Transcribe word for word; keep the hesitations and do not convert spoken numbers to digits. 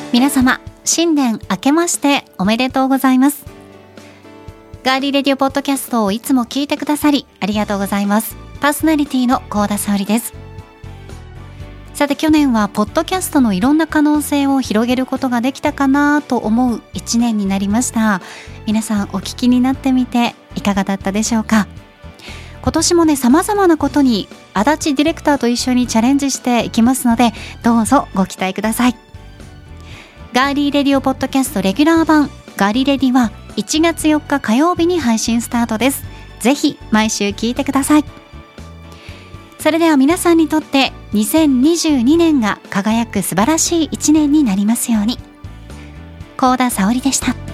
皆様新年明けましておめでとうございます。ガーリーレディオポッドキャストをいつも聞いてくださりありがとうございます。パーソナリティの幸田沙織です。さて、去年はポッドキャストのいろんな可能性を広げることができたかなと思ういちねんになりました。皆さんお聞きになってみていかがだったでしょうか。今年もね、様々なことに足立ディレクターと一緒にチャレンジしていきますので、どうぞご期待ください。ガーリーレディオポッドキャストレギュラー版ガーリーレディはいちがつよっか火曜日に配信スタートです。ぜひ毎週聞いてください。それでは皆さんにとってにせんにじゅうにねんが輝く素晴らしいいちねんになりますように。幸田沙織でした。